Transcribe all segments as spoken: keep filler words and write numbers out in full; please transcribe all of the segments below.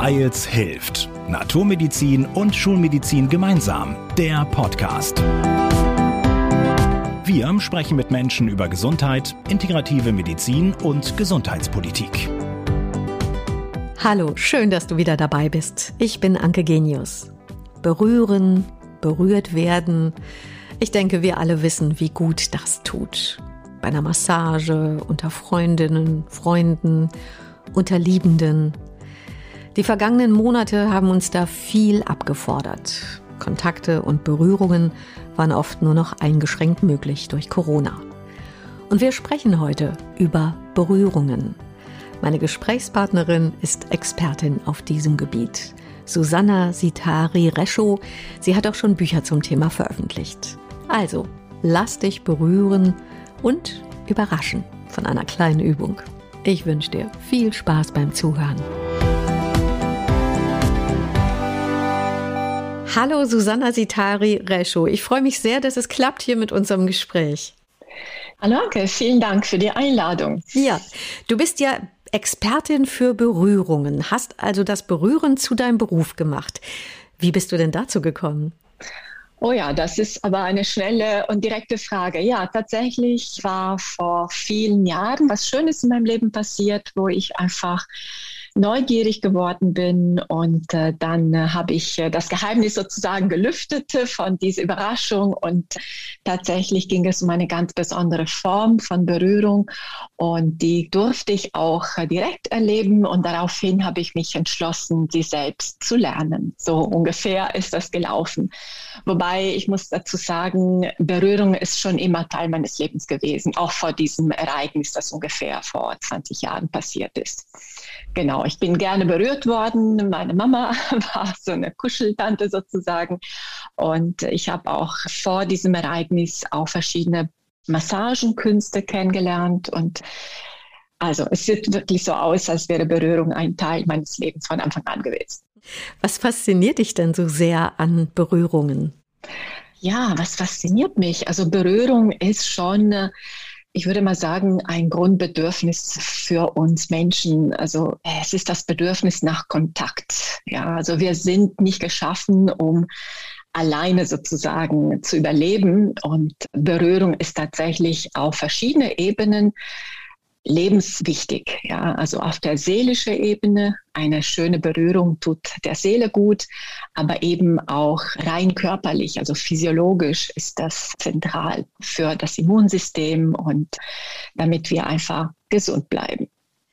Weils hilft. Naturmedizin und Schulmedizin gemeinsam. Der Podcast. Wir sprechen mit Menschen über Gesundheit, integrative Medizin und Gesundheitspolitik. Hallo, schön, dass du wieder dabei bist. Ich bin Anke Genius. Berühren, berührt werden. Ich denke, wir alle wissen, wie gut das tut. Bei einer Massage, unter Freundinnen, Freunden, unter Liebenden. Die vergangenen Monate haben uns da viel abgefordert. Kontakte und Berührungen waren oft nur noch eingeschränkt möglich durch Corona. Und wir sprechen heute über Berührungen. Meine Gesprächspartnerin ist Expertin auf diesem Gebiet. Susanna Sitari-Reschow. Sie hat auch schon Bücher zum Thema veröffentlicht. Also, lass dich berühren und überraschen von einer kleinen Übung. Ich wünsche dir viel Spaß beim Zuhören. Hallo Susanna Sitari-Reschow. Ich freue mich sehr, dass es klappt hier mit unserem Gespräch. Hallo Anke, vielen Dank für die Einladung. Ja, du bist ja Expertin für Berührungen, hast also das Berühren zu deinem Beruf gemacht. Wie bist du denn dazu gekommen? Oh ja, das ist aber eine schnelle und direkte Frage. Ja, tatsächlich war vor vielen Jahren was Schönes in meinem Leben passiert, wo ich einfach neugierig geworden bin und äh, dann äh, habe ich äh, das Geheimnis sozusagen gelüftet von dieser Überraschung und tatsächlich ging es um eine ganz besondere Form von Berührung und die durfte ich auch äh, direkt erleben und daraufhin habe ich mich entschlossen, sie selbst zu lernen. So ungefähr ist das gelaufen. Wobei ich muss dazu sagen, Berührung ist schon immer Teil meines Lebens gewesen, auch vor diesem Ereignis, das ungefähr vor zwanzig Jahren passiert ist. Genau, ich bin gerne berührt worden. Meine Mama war so eine Kuscheltante sozusagen. Und ich habe auch vor diesem Ereignis auch verschiedene Massagenkünste kennengelernt. Und also es sieht wirklich so aus, als wäre Berührung ein Teil meines Lebens von Anfang an gewesen. Was fasziniert dich denn so sehr an Berührungen? Ja, was fasziniert mich? Also Berührung ist schon, ich würde mal sagen, ein Grundbedürfnis für uns Menschen. Also es ist das Bedürfnis nach Kontakt. Ja, also wir sind nicht geschaffen, um alleine sozusagen zu überleben. Und Berührung ist tatsächlich auf verschiedene Ebenen lebenswichtig. Ja, also auf der seelischen Ebene, eine schöne Berührung tut der Seele gut, aber eben auch rein körperlich, also physiologisch ist das zentral für das Immunsystem und damit wir einfach gesund bleiben.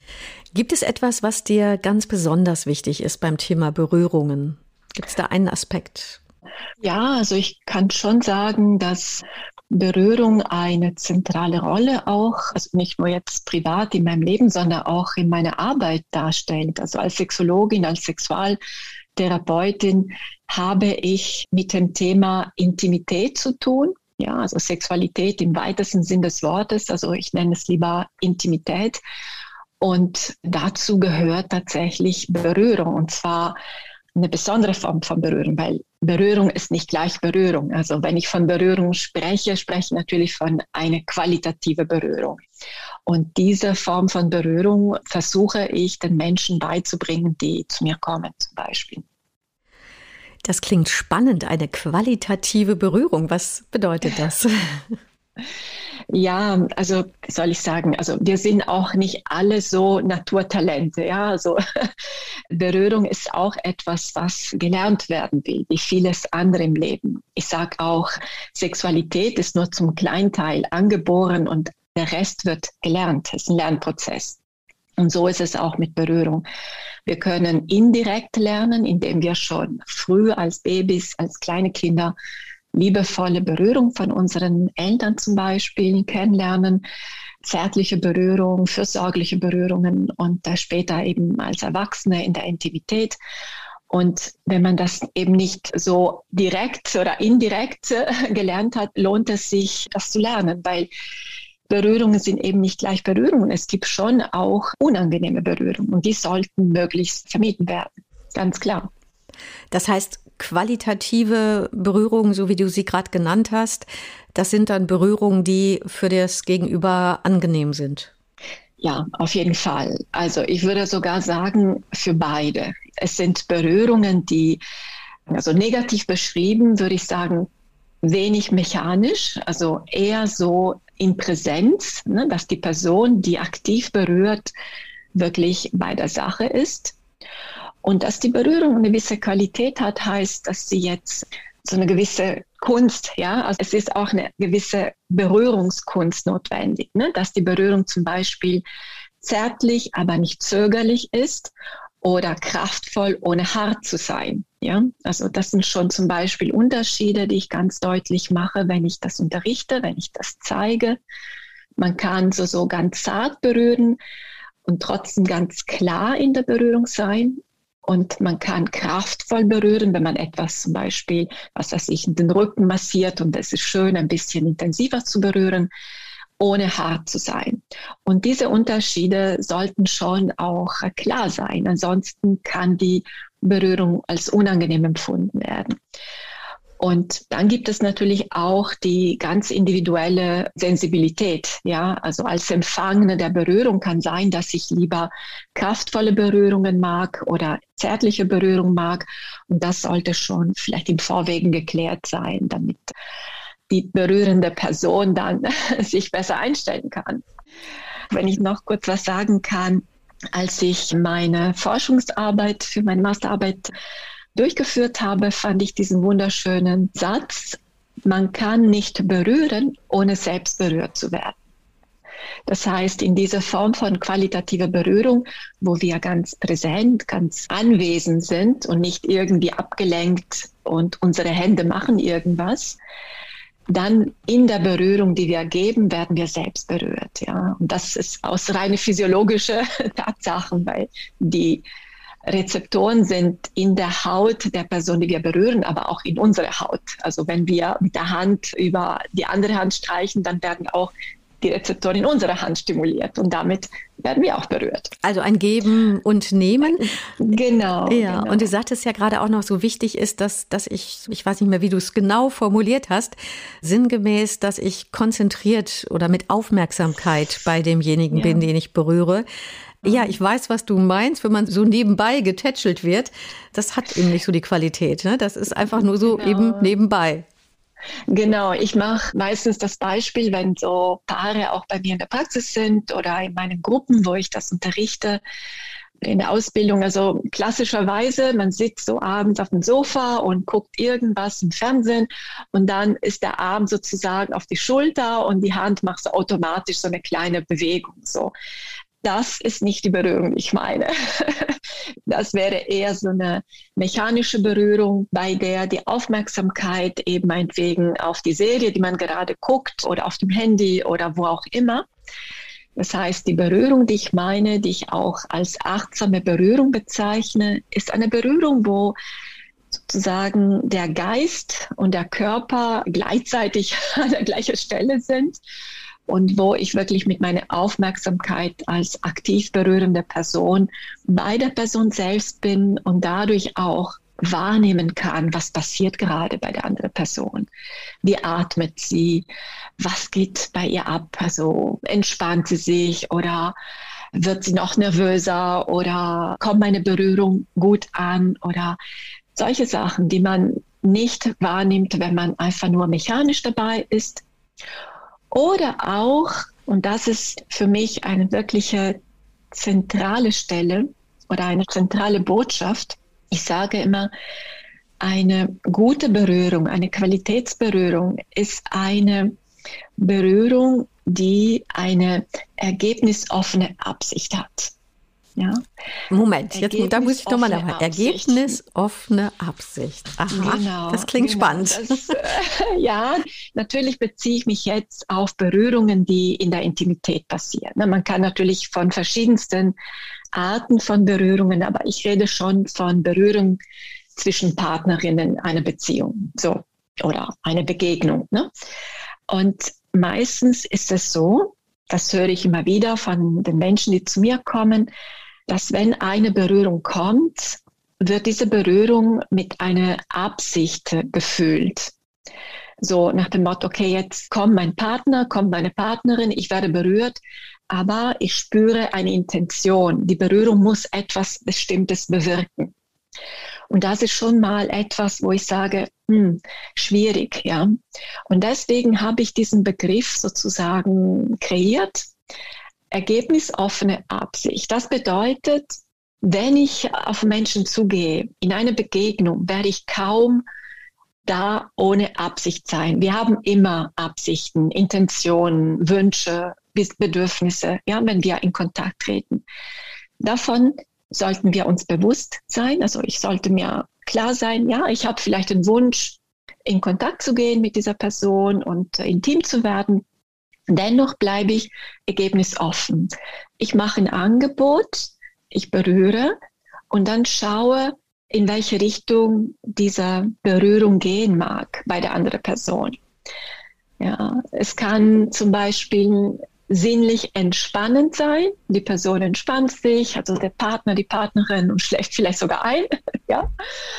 Gibt es etwas, was dir ganz besonders wichtig ist beim Thema Berührungen? Gibt es da einen Aspekt? Ja, also ich kann schon sagen, dass Berührung eine zentrale Rolle auch, also nicht nur jetzt privat in meinem Leben, sondern auch in meiner Arbeit darstellt. Also als Sexologin, als Sexualtherapeutin habe ich mit dem Thema Intimität zu tun. Ja, also Sexualität im weitesten Sinn des Wortes, also ich nenne es lieber Intimität. Und dazu gehört tatsächlich Berührung, und zwar eine besondere Form von Berührung, weil Berührung ist nicht gleich Berührung. Also wenn ich von Berührung spreche, spreche ich natürlich von einer qualitativen Berührung. Und diese Form von Berührung versuche ich den Menschen beizubringen, die zu mir kommen zum Beispiel. Das klingt spannend, eine qualitative Berührung. Was bedeutet das? Ja, also soll ich sagen, also wir sind auch nicht alle so Naturtalente, ja, also Berührung ist auch etwas, was gelernt werden will, wie vieles andere im Leben. Ich sage auch, Sexualität ist nur zum Kleinteil angeboren und der Rest wird gelernt, es ist ein Lernprozess. Und so ist es auch mit Berührung. Wir können indirekt lernen, indem wir schon früh als Babys, als kleine Kinder liebevolle Berührung von unseren Eltern zum Beispiel kennenlernen, zärtliche Berührung, fürsorgliche Berührungen und äh, später eben als Erwachsene in der Intimität. Und wenn man das eben nicht so direkt oder indirekt äh, gelernt hat, lohnt es sich, das zu lernen, weil Berührungen sind eben nicht gleich Berührungen. Es gibt schon auch unangenehme Berührungen und die sollten möglichst vermieden werden, ganz klar. Das heißt, qualitative Berührungen, so wie du sie gerade genannt hast, das sind dann Berührungen, die für das Gegenüber angenehm sind. Ja, auf jeden Fall. Also ich würde sogar sagen, für beide. Es sind Berührungen, die, also negativ beschrieben, würde ich sagen, wenig mechanisch, also eher so in Präsenz, ne, dass die Person, die aktiv berührt, wirklich bei der Sache ist. Und dass die Berührung eine gewisse Qualität hat, heißt, dass sie jetzt so eine gewisse Kunst, ja, also es ist auch eine gewisse Berührungskunst notwendig, ne? Dass die Berührung zum Beispiel zärtlich, aber nicht zögerlich ist oder kraftvoll, ohne hart zu sein, ja. Also das sind schon zum Beispiel Unterschiede, die ich ganz deutlich mache, wenn ich das unterrichte, wenn ich das zeige. Man kann so, so ganz zart berühren und trotzdem ganz klar in der Berührung sein. Und man kann kraftvoll berühren, wenn man etwas zum Beispiel, was weiß ich, den Rücken massiert und es ist schön, ein bisschen intensiver zu berühren, ohne hart zu sein. Und diese Unterschiede sollten schon auch klar sein. Ansonsten kann die Berührung als unangenehm empfunden werden. Und dann gibt es natürlich auch die ganz individuelle Sensibilität. Ja, also als Empfangene der Berührung kann sein, dass ich lieber kraftvolle Berührungen mag oder zärtliche Berührung mag. Und das sollte schon vielleicht im Vorwege geklärt sein, damit die berührende Person dann sich besser einstellen kann. Wenn ich noch kurz was sagen kann, als ich meine Forschungsarbeit für meine Masterarbeit durchgeführt habe, fand ich diesen wunderschönen Satz: Man kann nicht berühren, ohne selbst berührt zu werden. Das heißt, in dieser Form von qualitativer Berührung, wo wir ganz präsent, ganz anwesend sind und nicht irgendwie abgelenkt und unsere Hände machen irgendwas, dann in der Berührung, die wir geben, werden wir selbst berührt. Ja? Und das ist aus rein physiologischer Tatsachen, weil die Rezeptoren sind in der Haut der Person, die wir berühren, aber auch in unserer Haut. Also wenn wir mit der Hand über die andere Hand streichen, dann werden auch die Rezeptoren in unserer Hand stimuliert und damit werden wir auch berührt. Also ein Geben und Nehmen. Genau. Ja, genau. Und du sagtest ja gerade auch noch, so wichtig ist, dass, dass ich, ich weiß nicht mehr, wie du es genau formuliert hast, sinngemäß, dass ich konzentriert oder mit Aufmerksamkeit bei demjenigen ja. bin, den ich berühre. Ja, ich weiß, was du meinst, wenn man so nebenbei getätschelt wird. Das hat eben nicht so die Qualität. Ne? Das ist einfach nur so genau. eben nebenbei. Genau, ich mache meistens das Beispiel, wenn so Paare auch bei mir in der Praxis sind oder in meinen Gruppen, wo ich das unterrichte, in der Ausbildung. Also klassischerweise, man sitzt so abends auf dem Sofa und guckt irgendwas im Fernsehen und dann ist der Arm sozusagen auf die Schulter und die Hand macht so automatisch so eine kleine Bewegung. So. Das ist nicht die Berührung, die ich meine. Das wäre eher so eine mechanische Berührung, bei der die Aufmerksamkeit eben meinetwegen auf die Serie, die man gerade guckt oder auf dem Handy oder wo auch immer. Das heißt, die Berührung, die ich meine, die ich auch als achtsame Berührung bezeichne, ist eine Berührung, wo sozusagen der Geist und der Körper gleichzeitig an der gleichen Stelle sind. Und wo ich wirklich mit meiner Aufmerksamkeit als aktiv berührende Person bei der Person selbst bin und dadurch auch wahrnehmen kann, was passiert gerade bei der anderen Person. Wie atmet sie? Was geht bei ihr ab? Also entspannt sie sich oder wird sie noch nervöser oder kommt meine Berührung gut an oder solche Sachen, die man nicht wahrnimmt, wenn man einfach nur mechanisch dabei ist. Oder auch, und das ist für mich eine wirkliche zentrale Stelle oder eine zentrale Botschaft, ich sage immer, eine gute Berührung, eine Qualitätsberührung ist eine Berührung, die eine ergebnisoffene Absicht hat. Ja. Moment, jetzt da muss ich nochmal nachher. Ergebnisoffene Absicht. Aha, genau, das klingt genau, spannend. Das, äh, ja, natürlich beziehe ich mich jetzt auf Berührungen, die in der Intimität passieren. Man kann natürlich von verschiedensten Arten von Berührungen, aber ich rede schon von Berührung zwischen Partnerinnen einer Beziehung, so, oder eine Begegnung. Ne? Und meistens ist es so, das höre ich immer wieder von den Menschen, die zu mir kommen, dass wenn eine Berührung kommt, wird diese Berührung mit einer Absicht gefüllt. So nach dem Motto, okay, jetzt kommt mein Partner, kommt meine Partnerin, ich werde berührt, aber ich spüre eine Intention. Die Berührung muss etwas Bestimmtes bewirken. Und das ist schon mal etwas, wo ich sage, hm, schwierig, ja. Und deswegen habe ich diesen Begriff sozusagen kreiert, ergebnisoffene Absicht. Das bedeutet, wenn ich auf Menschen zugehe, in eine Begegnung, werde ich kaum da ohne Absicht sein. Wir haben immer Absichten, Intentionen, Wünsche, Bedürfnisse, ja, wenn wir in Kontakt treten. Davon sollten wir uns bewusst sein. Also ich sollte mir klar sein, ja, ich habe vielleicht den Wunsch, in Kontakt zu gehen mit dieser Person und intim zu werden. Dennoch bleibe ich ergebnisoffen. Ich mache ein Angebot, ich berühre und dann schaue, in welche Richtung diese Berührung gehen mag bei der anderen Person. Ja, es kann zum Beispiel sinnlich entspannend sein. Die Person entspannt sich, also der Partner, die Partnerin und schläft vielleicht sogar ein. Ja.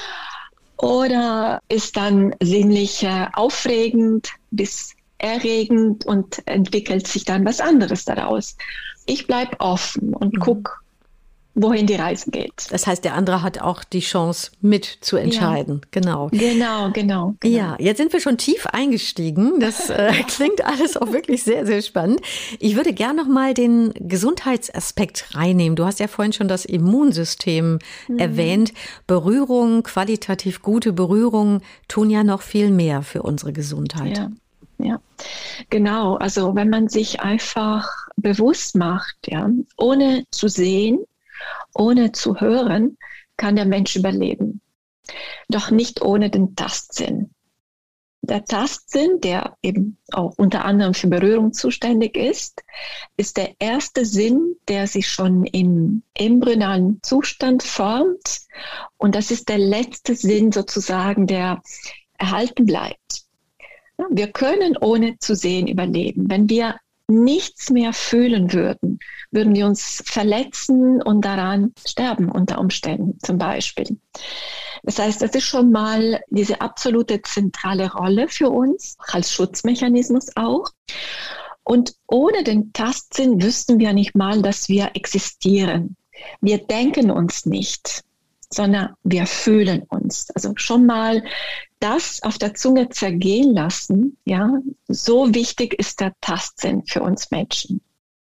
Oder ist dann sinnlich äh, aufregend bis erregend und entwickelt sich dann was anderes daraus. Ich bleibe offen und mhm. gucke, wohin die Reise geht. Das heißt, der andere hat auch die Chance, mit zu entscheiden. Ja. Genau. Genau, genau, genau. Ja, jetzt sind wir schon tief eingestiegen. Das äh, klingt alles auch wirklich sehr, sehr spannend. Ich würde gerne noch mal den Gesundheitsaspekt reinnehmen. Du hast ja vorhin schon das Immunsystem mhm. erwähnt. Berührung, qualitativ gute Berührungen tun ja noch viel mehr für unsere Gesundheit. Ja. Ja, genau. Also wenn man sich einfach bewusst macht, ja, ohne zu sehen, ohne zu hören, kann der Mensch überleben. Doch nicht ohne den Tastsinn. Der Tastsinn, der eben auch unter anderem für Berührung zuständig ist, ist der erste Sinn, der sich schon im embryonalen Zustand formt. Und das ist der letzte Sinn sozusagen, der erhalten bleibt. Wir können ohne zu sehen überleben. Wenn wir nichts mehr fühlen würden, würden wir uns verletzen und daran sterben unter Umständen zum Beispiel. Das heißt, das ist schon mal diese absolute zentrale Rolle für uns, als Schutzmechanismus auch. Und ohne den Tastsinn wüssten wir nicht mal, dass wir existieren. Wir denken uns nicht, sondern wir fühlen uns. Also schon mal das auf der Zunge zergehen lassen, ja, so wichtig ist der Tastsinn für uns Menschen.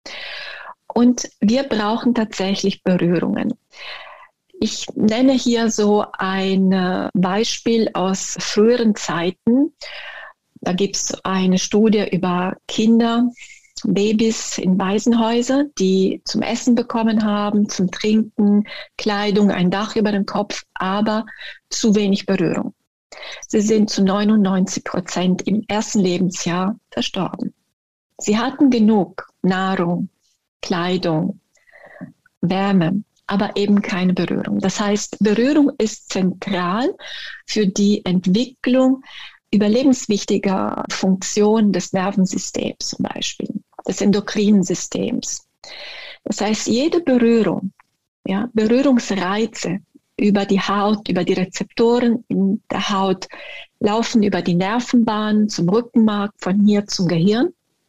Und wir brauchen tatsächlich Berührungen. Ich nenne hier so ein Beispiel aus früheren Zeiten. Da gibt es eine Studie über Kinder, Babys in Waisenhäusern, die zum Essen bekommen haben, zum Trinken, Kleidung, ein Dach über dem Kopf, aber zu wenig Berührung. Sie sind zu neunundneunzig Prozent im ersten Lebensjahr verstorben. Sie hatten genug Nahrung, Kleidung, Wärme, aber eben keine Berührung. Das heißt, Berührung ist zentral für die Entwicklung überlebenswichtiger Funktionen des Nervensystems zum Beispiel, des endokrinen Systems. Das heißt, jede Berührung, ja, Berührungsreize über die Haut, über die Rezeptoren in der Haut, laufen über die Nervenbahn zum Rückenmark, von hier zum Gehirn.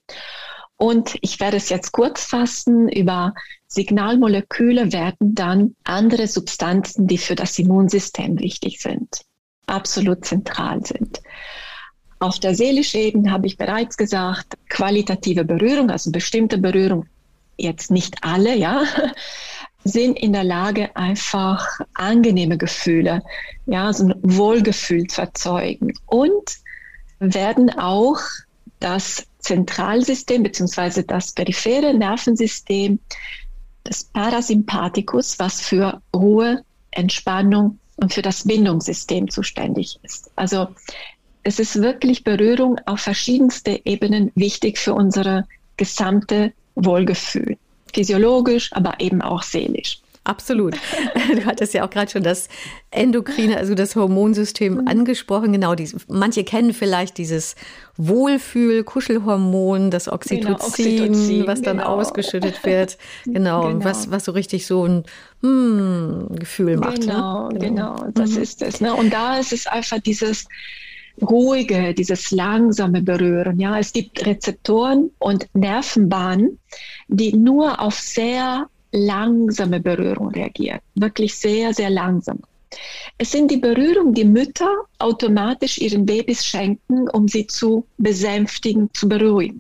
Und ich werde es jetzt kurz fassen, über Signalmoleküle werden dann andere Substanzen, die für das Immunsystem wichtig sind, absolut zentral sind. Auf der seelischen Ebene habe ich bereits gesagt, qualitative Berührung, also bestimmte Berührung, jetzt nicht alle, ja, sind in der Lage, einfach angenehme Gefühle, ja, so ein Wohlgefühl zu erzeugen und werden auch das Zentralsystem bzw. das periphere Nervensystem, das Parasympathikus, was für Ruhe, Entspannung und für das Bindungssystem zuständig ist. Also es ist wirklich Berührung auf verschiedenste Ebenen wichtig für unsere gesamte Wohlgefühl. Physiologisch, aber eben auch seelisch. Absolut. Du hattest ja auch gerade schon das Endokrine, also das Hormonsystem mhm. angesprochen. Genau, die, manche kennen vielleicht dieses Wohlfühl-Kuschelhormon, das Oxytocin, genau, Oxytocin was dann genau. ausgeschüttet wird. Genau, genau. Was, was so richtig so ein hm, Gefühl macht. Genau, ne? genau, genau, das mhm. ist es. Ne? Und da ist es einfach dieses ruhige, dieses langsame Berühren. Ja, es gibt Rezeptoren und Nervenbahnen, die nur auf sehr langsame Berührung reagieren. Wirklich sehr, sehr langsam. Es sind die Berührungen, die Mütter automatisch ihren Babys schenken, um sie zu besänftigen, zu beruhigen.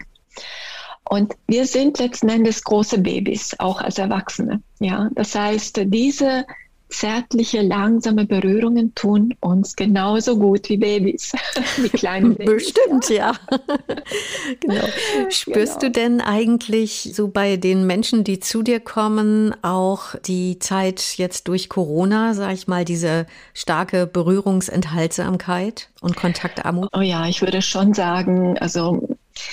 Und wir sind letzten Endes große Babys, auch als Erwachsene. Ja, das heißt, diese zärtliche, langsame Berührungen tun uns genauso gut wie Babys, wie kleine Babys. Bestimmt, ja. Genau. Spürst genau. du denn eigentlich so bei den Menschen, die zu dir kommen, auch die Zeit jetzt durch Corona, sag ich mal, diese starke Berührungsenthaltsamkeit und Kontaktarmut? Oh ja, ich würde schon sagen, also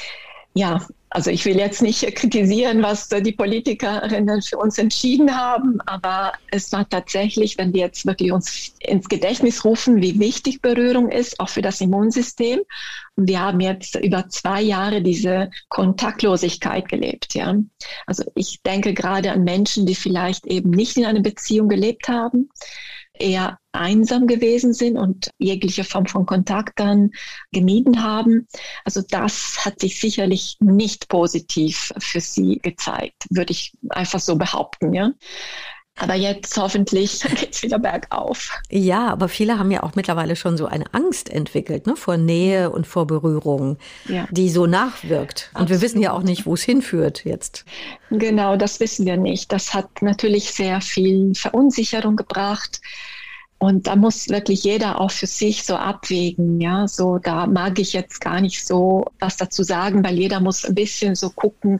ja, also ich will jetzt nicht kritisieren, was die Politikerinnen für uns entschieden haben, aber es war tatsächlich, wenn wir jetzt wirklich uns ins Gedächtnis rufen, wie wichtig Berührung ist, auch für das Immunsystem. Und wir haben jetzt über zwei Jahre diese Kontaktlosigkeit gelebt. Ja. Also ich denke gerade an Menschen, die vielleicht eben nicht in einer Beziehung gelebt haben, eher einsam gewesen sind und jegliche Form von Kontakt dann gemieden haben. Also das hat sich sicherlich nicht positiv für sie gezeigt, würde ich einfach so behaupten, ja. Aber jetzt hoffentlich geht's wieder bergauf. Ja, aber viele haben ja auch mittlerweile schon so eine Angst entwickelt, ne, vor Nähe und vor Berührung, ja, die so nachwirkt. Und Absolut. Wir wissen ja auch nicht, wo es hinführt jetzt. Genau, das wissen wir nicht. Das hat natürlich sehr viel Verunsicherung gebracht. Und da muss wirklich jeder auch für sich so abwägen, ja, so, da mag ich jetzt gar nicht so was dazu sagen, weil jeder muss ein bisschen so gucken,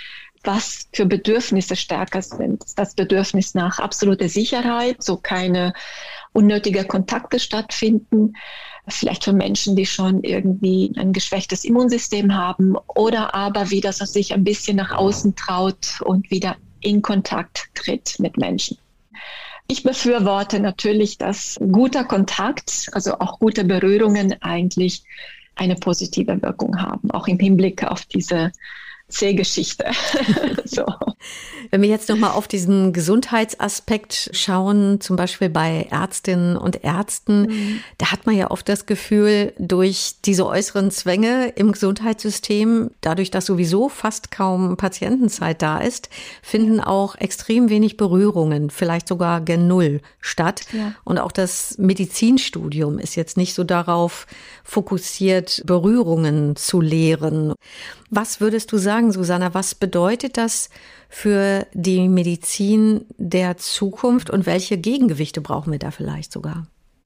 was für Bedürfnisse stärker sind. Das Bedürfnis nach absoluter Sicherheit, so keine unnötigen Kontakte stattfinden, vielleicht für Menschen, die schon irgendwie ein geschwächtes Immunsystem haben oder aber wieder so sich ein bisschen nach außen traut und wieder in Kontakt tritt mit Menschen. Ich befürworte natürlich, dass guter Kontakt, also auch gute Berührungen eigentlich eine positive Wirkung haben, auch im Hinblick auf diese C-Geschichte. So. Wenn wir jetzt nochmal auf diesen Gesundheitsaspekt schauen, zum Beispiel bei Ärztinnen und Ärzten, mhm. da hat man ja oft das Gefühl, durch diese äußeren Zwänge im Gesundheitssystem, dadurch, dass sowieso fast kaum Patientenzeit da ist, finden auch extrem wenig Berührungen, vielleicht sogar gen Null statt. Ja. Und auch das Medizinstudium ist jetzt nicht so darauf fokussiert, Berührungen zu lehren. Was würdest du sagen, Susanna, was bedeutet das für die Medizin der Zukunft und welche Gegengewichte brauchen wir da vielleicht sogar?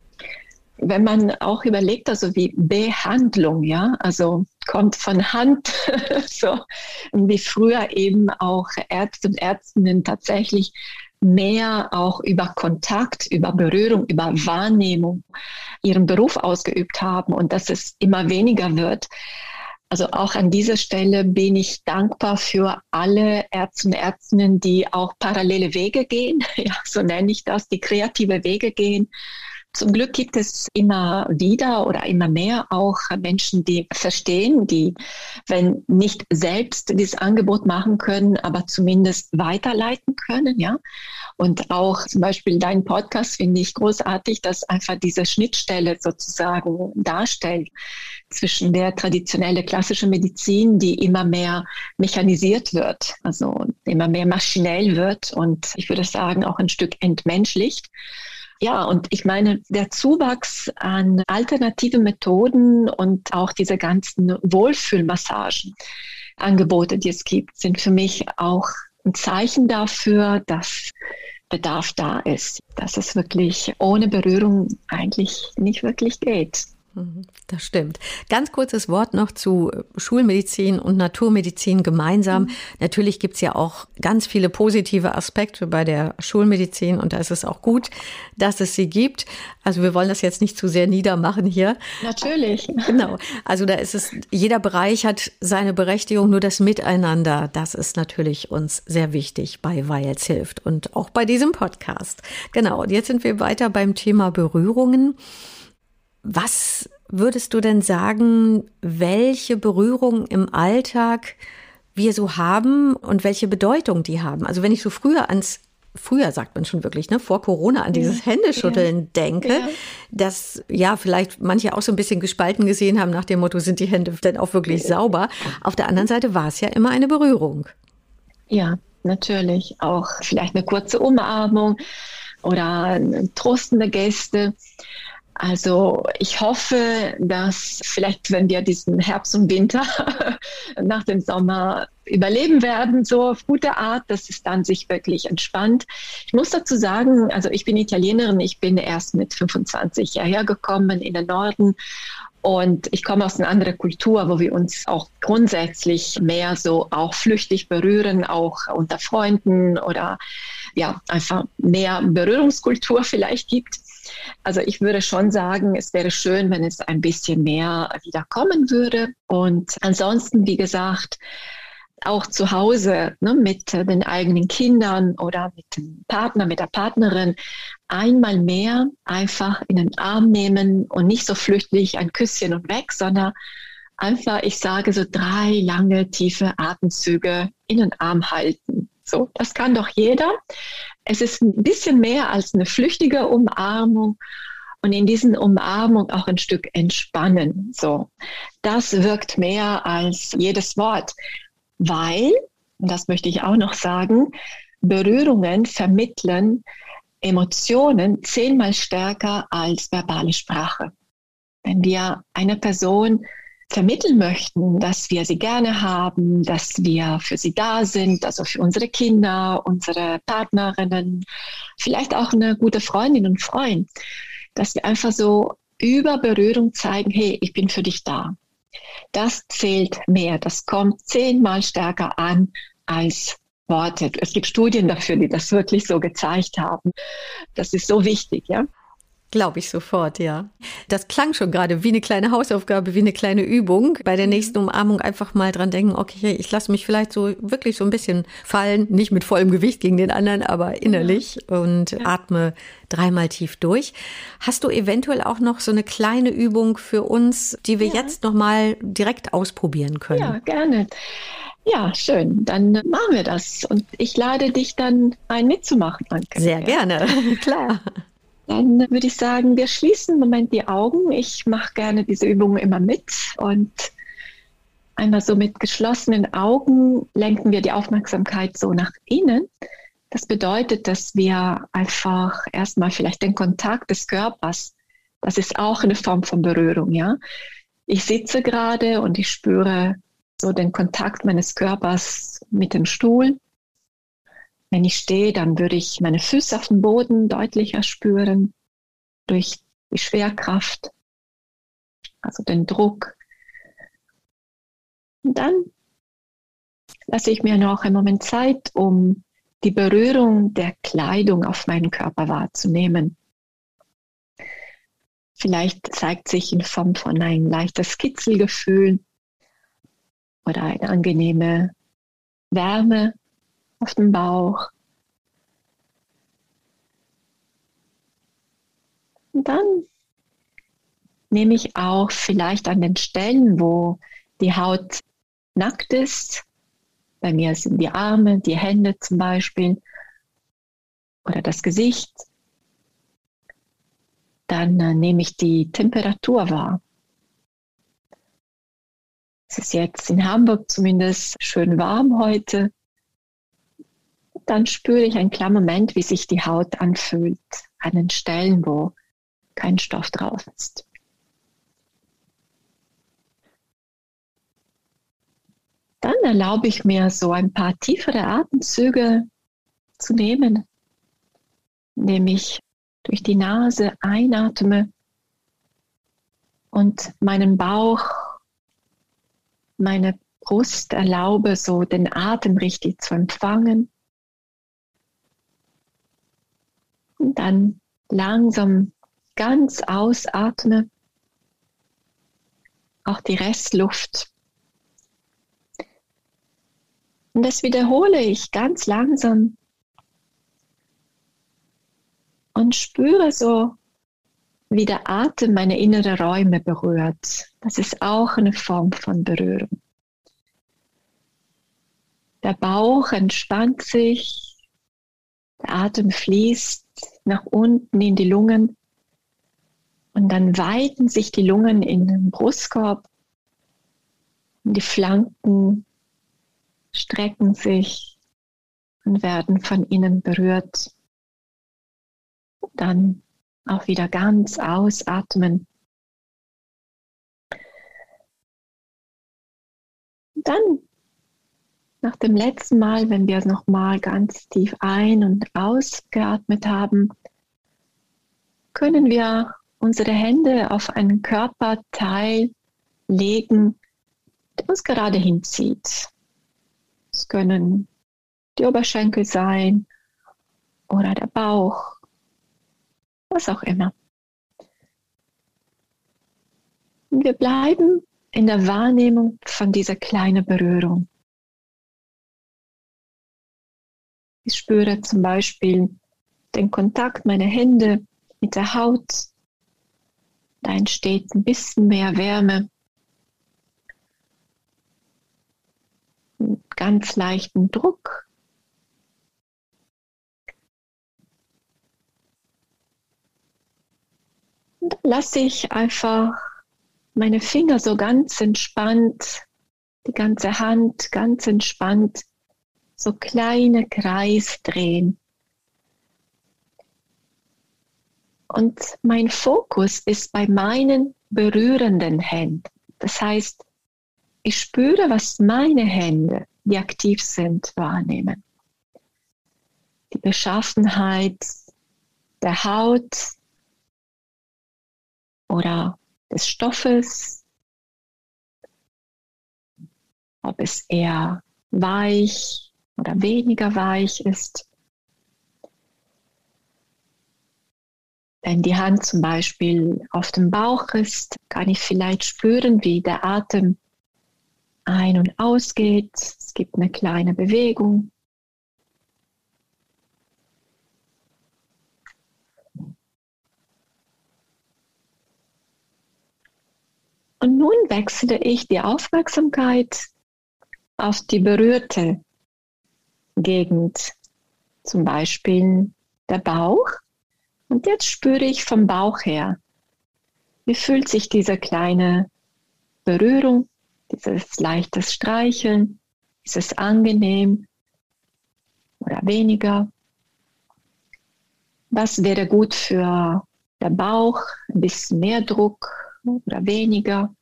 Wenn man auch überlegt, also wie Behandlung, ja, also kommt von Hand, so wie früher eben auch Ärzte und Ärztinnen tatsächlich mehr auch über Kontakt, über Berührung, über Wahrnehmung ihren Beruf ausgeübt haben und dass es immer weniger wird. Also auch an dieser Stelle bin ich dankbar für alle Ärzte und Ärztinnen, die auch parallele Wege gehen, ja, so nenne ich das, die kreative Wege gehen. Zum Glück gibt es immer wieder oder immer mehr auch Menschen, die verstehen, die, wenn nicht selbst dieses Angebot machen können, aber zumindest weiterleiten können, ja. Und auch zum Beispiel dein Podcast finde ich großartig, dass einfach diese Schnittstelle sozusagen darstellt zwischen der traditionellen klassischen Medizin, die immer mehr mechanisiert wird, also immer mehr maschinell wird und ich würde sagen auch ein Stück entmenschlicht. Ja, und ich meine, der Zuwachs an alternativen Methoden und auch diese ganzen Wohlfühlmassagen, Angebote, die es gibt, sind für mich auch ein Zeichen dafür, dass Bedarf da ist, dass es wirklich ohne Berührung eigentlich nicht wirklich geht. Das stimmt. Ganz kurzes Wort noch zu Schulmedizin und Naturmedizin gemeinsam. Mhm. Natürlich gibt's ja auch ganz viele positive Aspekte bei der Schulmedizin und da ist es auch gut, dass es sie gibt. Also wir wollen das jetzt nicht zu sehr niedermachen hier. Natürlich. Genau. Also da ist es, jeder Bereich hat seine Berechtigung, nur das Miteinander, das ist natürlich uns sehr wichtig bei Weils hilft und auch bei diesem Podcast. Genau. Und jetzt sind wir weiter beim Thema Berührungen. Was würdest du denn sagen, welche Berührungen im Alltag wir so haben und welche Bedeutung die haben? Also wenn ich so früher ans früher sagt man schon wirklich, ne, vor Corona an dieses Händeschütteln ja. denke, ja. dass ja vielleicht manche auch so ein bisschen gespalten gesehen haben nach dem Motto, sind die Hände denn auch wirklich sauber? Auf der anderen Seite war es ja immer eine Berührung. Ja, natürlich. Auch vielleicht eine kurze Umarmung oder eine tröstende Geste. Also ich hoffe, dass vielleicht, wenn wir diesen Herbst und Winter nach dem Sommer überleben werden, so auf gute Art, dass es dann sich wirklich entspannt. Ich muss dazu sagen, also ich bin Italienerin, ich bin erst mit fünfundzwanzig hierher gekommen in den Norden und ich komme aus einer anderen Kultur, wo wir uns auch grundsätzlich mehr so auch flüchtig berühren, auch unter Freunden oder ja, einfach mehr Berührungskultur vielleicht gibt. Also ich würde schon sagen, es wäre schön, wenn es ein bisschen mehr wieder kommen würde. Und ansonsten, wie gesagt, auch zu Hause ne, mit den eigenen Kindern oder mit dem Partner, mit der Partnerin einmal mehr einfach in den Arm nehmen und nicht so flüchtig ein Küsschen und weg, sondern einfach, ich sage so drei lange, tiefe Atemzüge in den Arm halten. So, das kann doch jeder. Es ist ein bisschen mehr als eine flüchtige Umarmung und in diesen Umarmung auch ein Stück entspannen. So, das wirkt mehr als jedes Wort, weil, und das möchte ich auch noch sagen, Berührungen vermitteln Emotionen zehnmal stärker als verbale Sprache. Wenn wir einer Person vermitteln möchten, dass wir sie gerne haben, dass wir für sie da sind, also für unsere Kinder, unsere Partnerinnen, vielleicht auch eine gute Freundin und Freund, dass wir einfach so über Berührung zeigen, hey, ich bin für dich da. Das zählt mehr, das kommt zehnmal stärker an als Worte. Es gibt Studien dafür, die das wirklich so gezeigt haben. Das ist so wichtig, ja. Glaube ich sofort, ja. Das klang schon gerade wie eine kleine Hausaufgabe, wie eine kleine Übung. Bei der nächsten Umarmung einfach mal dran denken, okay, ich lasse mich vielleicht so wirklich so ein bisschen fallen, nicht mit vollem Gewicht gegen den anderen, aber innerlich ja. und ja. atme dreimal tief durch. Hast du eventuell auch noch so eine kleine Übung für uns, die wir ja. jetzt noch mal direkt ausprobieren können? Ja, gerne. Ja, schön. Dann machen wir das. Und ich lade dich dann ein, mitzumachen, Anke. Sehr ja. gerne, klar. Dann würde ich sagen, wir schließen im Moment die Augen. Ich mache gerne diese Übungen immer mit und einmal so mit geschlossenen Augen lenken wir die Aufmerksamkeit so nach innen. Das bedeutet, dass wir einfach erstmal vielleicht den Kontakt des Körpers, das ist auch eine Form von Berührung, ja. Ich sitze gerade und ich spüre so den Kontakt meines Körpers mit dem Stuhl. Wenn ich stehe, dann würde ich meine Füße auf dem Boden deutlicher spüren durch die Schwerkraft, also den Druck. Und dann lasse ich mir noch einen Moment Zeit, um die Berührung der Kleidung auf meinen Körper wahrzunehmen. Vielleicht zeigt sich in Form von ein leichtes Kitzelgefühl oder eine angenehme Wärme auf dem Bauch. Und dann nehme ich auch vielleicht an den Stellen, wo die Haut nackt ist, bei mir sind die Arme, die Hände zum Beispiel oder das Gesicht, dann äh, nehme ich die Temperatur wahr. Es ist jetzt in Hamburg zumindest schön warm heute. Dann spüre ich einen kleinen Moment, wie sich die Haut anfühlt, an den Stellen, wo kein Stoff drauf ist. Dann erlaube ich mir, so ein paar tiefere Atemzüge zu nehmen, indem ich durch die Nase einatme und meinen Bauch, meine Brust erlaube, so den Atem richtig zu empfangen. Und dann langsam ganz ausatme, auch die Restluft. Und das wiederhole ich ganz langsam und spüre so, wie der Atem meine inneren Räume berührt. Das ist auch eine Form von Berührung. Der Bauch entspannt sich. Der Atem fließt nach unten in die Lungen und dann weiten sich die Lungen in den Brustkorb und die Flanken strecken sich und werden von innen berührt. Und dann auch wieder ganz ausatmen. Und dann, nach dem letzten Mal, wenn wir nochmal ganz tief ein- und ausgeatmet haben, können wir unsere Hände auf einen Körperteil legen, der uns gerade hinzieht. Es können die Oberschenkel sein oder der Bauch, was auch immer. Und wir bleiben in der Wahrnehmung von dieser kleinen Berührung. Ich spüre zum Beispiel den Kontakt meiner Hände mit der Haut. Da entsteht ein bisschen mehr Wärme. Einen ganz leichten Druck. Und dann lasse ich einfach meine Finger so ganz entspannt, die ganze Hand ganz entspannt, so kleine Kreis drehen. Und mein Fokus ist bei meinen berührenden Händen. Das heißt, ich spüre, was meine Hände, die aktiv sind, wahrnehmen. Die Beschaffenheit der Haut oder des Stoffes, ob es eher weich oder weniger weich ist. Wenn die Hand zum Beispiel auf dem Bauch ist, kann ich vielleicht spüren, wie der Atem ein- und ausgeht. Es gibt eine kleine Bewegung. Und nun wechsle ich die Aufmerksamkeit auf die berührte Gegend, zum Beispiel der Bauch. Und jetzt spüre ich vom Bauch her, wie fühlt sich diese kleine Berührung, dieses leichtes Streicheln, ist es angenehm oder weniger? Was wäre gut für den Bauch? Ein bisschen mehr Druck oder weniger?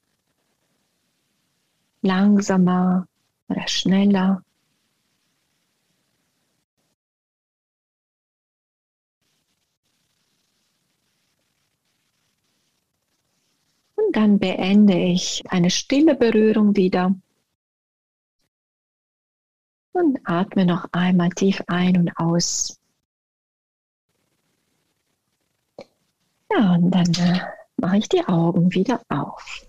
Langsamer oder schneller? Und dann beende ich eine stille Berührung wieder und atme noch einmal tief ein und aus. Ja, und dann äh, mache ich die Augen wieder auf.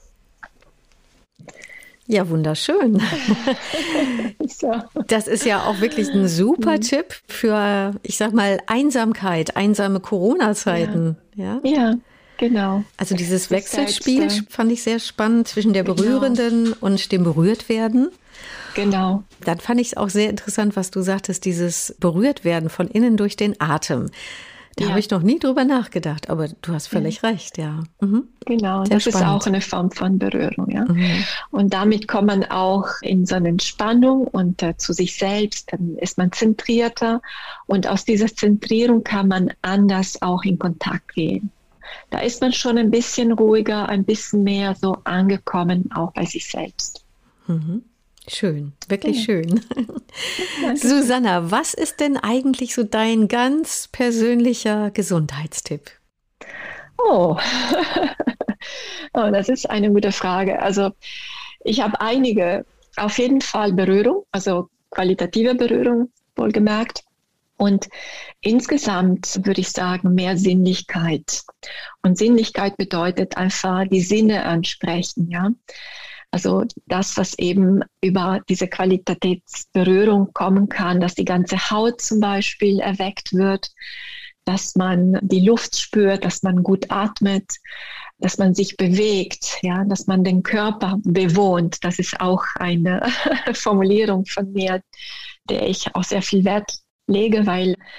Ja, wunderschön. So. Das ist ja auch wirklich ein super Tipp für, ich sag mal, Einsamkeit, einsame Corona-Zeiten. Ja. Ja, ja, genau. Also dieses Das Wechselspiel selbst, äh, fand ich sehr spannend zwischen der genau. Berührenden und dem Berührtwerden. Genau. Dann fand ich es auch sehr interessant, was du sagtest, dieses Berührtwerden von innen durch den Atem. Da Ja. habe ich noch nie drüber nachgedacht, aber du hast völlig ja. recht, ja. Mhm. Genau, Sehr das spannend. ist auch eine Form von Berührung. Ja? Mhm. Und damit kommt man auch in so eine Entspannung und äh, zu sich selbst, dann ist man zentrierter und aus dieser Zentrierung kann man anders auch in Kontakt gehen. Da ist man schon ein bisschen ruhiger, ein bisschen mehr so angekommen, auch bei sich selbst. Mhm. Schön, wirklich Ja. schön. Susanna, was ist denn eigentlich so dein ganz persönlicher Gesundheitstipp? Oh. Oh, das ist eine gute Frage. Also ich habe einige, auf jeden Fall Berührung, also qualitative Berührung, wohlgemerkt. Und insgesamt würde ich sagen, mehr Sinnlichkeit. Und Sinnlichkeit bedeutet einfach die Sinne ansprechen, ja. Also das, was eben über diese Qualitätsberührung kommen kann, dass die ganze Haut zum Beispiel erweckt wird, dass man die Luft spürt, dass man gut atmet, dass man sich bewegt, ja, dass man den Körper bewohnt. Das ist auch eine Formulierung von mir, der ich auch sehr viel Wert lege, weil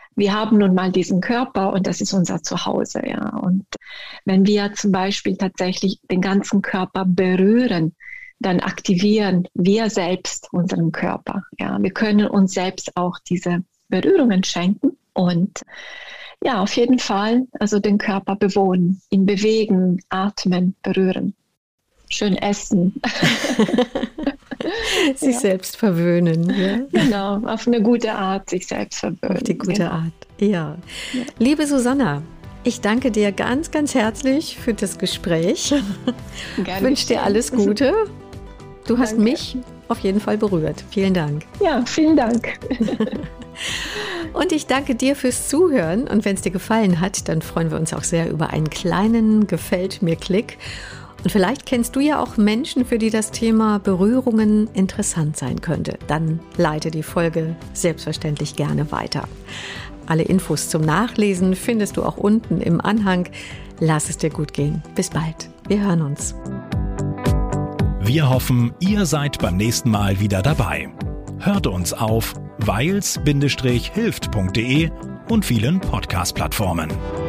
wir haben nun mal diesen Körper und das ist unser Zuhause, ja. Und wenn wir zum Beispiel tatsächlich den ganzen Körper berühren, dann aktivieren wir selbst unseren Körper, ja. Wir können uns selbst auch diese Berührungen schenken und ja, auf jeden Fall, also den Körper bewohnen, ihn bewegen, atmen, berühren, schön essen. Sich ja. selbst verwöhnen. Ja? Genau, auf eine gute Art sich selbst verwöhnen. Auf die gute genau. Art, ja. ja. Liebe Susanna, ich danke dir ganz, ganz herzlich für das Gespräch. Ich wünsche dir alles Gute. Du hast danke. mich auf jeden Fall berührt. Vielen Dank. Ja, vielen Dank. Und ich danke dir fürs Zuhören. Und wenn es dir gefallen hat, dann freuen wir uns auch sehr über einen kleinen Gefällt-mir-Klick. Und vielleicht kennst du ja auch Menschen, für die das Thema Berührungen interessant sein könnte. Dann leite die Folge selbstverständlich gerne weiter. Alle Infos zum Nachlesen findest du auch unten im Anhang. Lass es dir gut gehen. Bis bald. Wir hören uns. Wir hoffen, ihr seid beim nächsten Mal wieder dabei. Hört uns auf weils Bindestrich hilft Punkt de und vielen Podcast-Plattformen.